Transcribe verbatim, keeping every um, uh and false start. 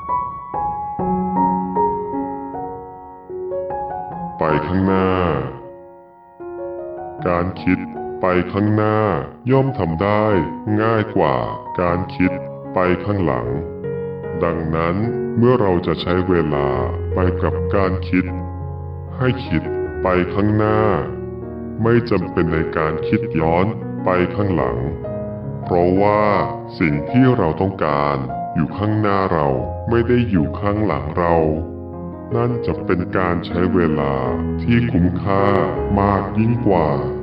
ไปข้างหน้า การคิดไปข้างหน้าย่อมทำได้ง่ายกว่าการคิดไปข้างหลัง ดังนั้นเมื่อเราจะใช้เวลาไปกับการคิด ให้คิดไปข้างหน้า ไม่จำเป็นในการคิดย้อนไปข้างหลัง เพราะว่าสิ่งที่เราต้องการอยู่ข้างหน้าเราไม่ได้อยู่ข้างหลังเรา นั่นจะเป็นการใช้เวลาที่คุ้มค่ามากยิ่งกว่า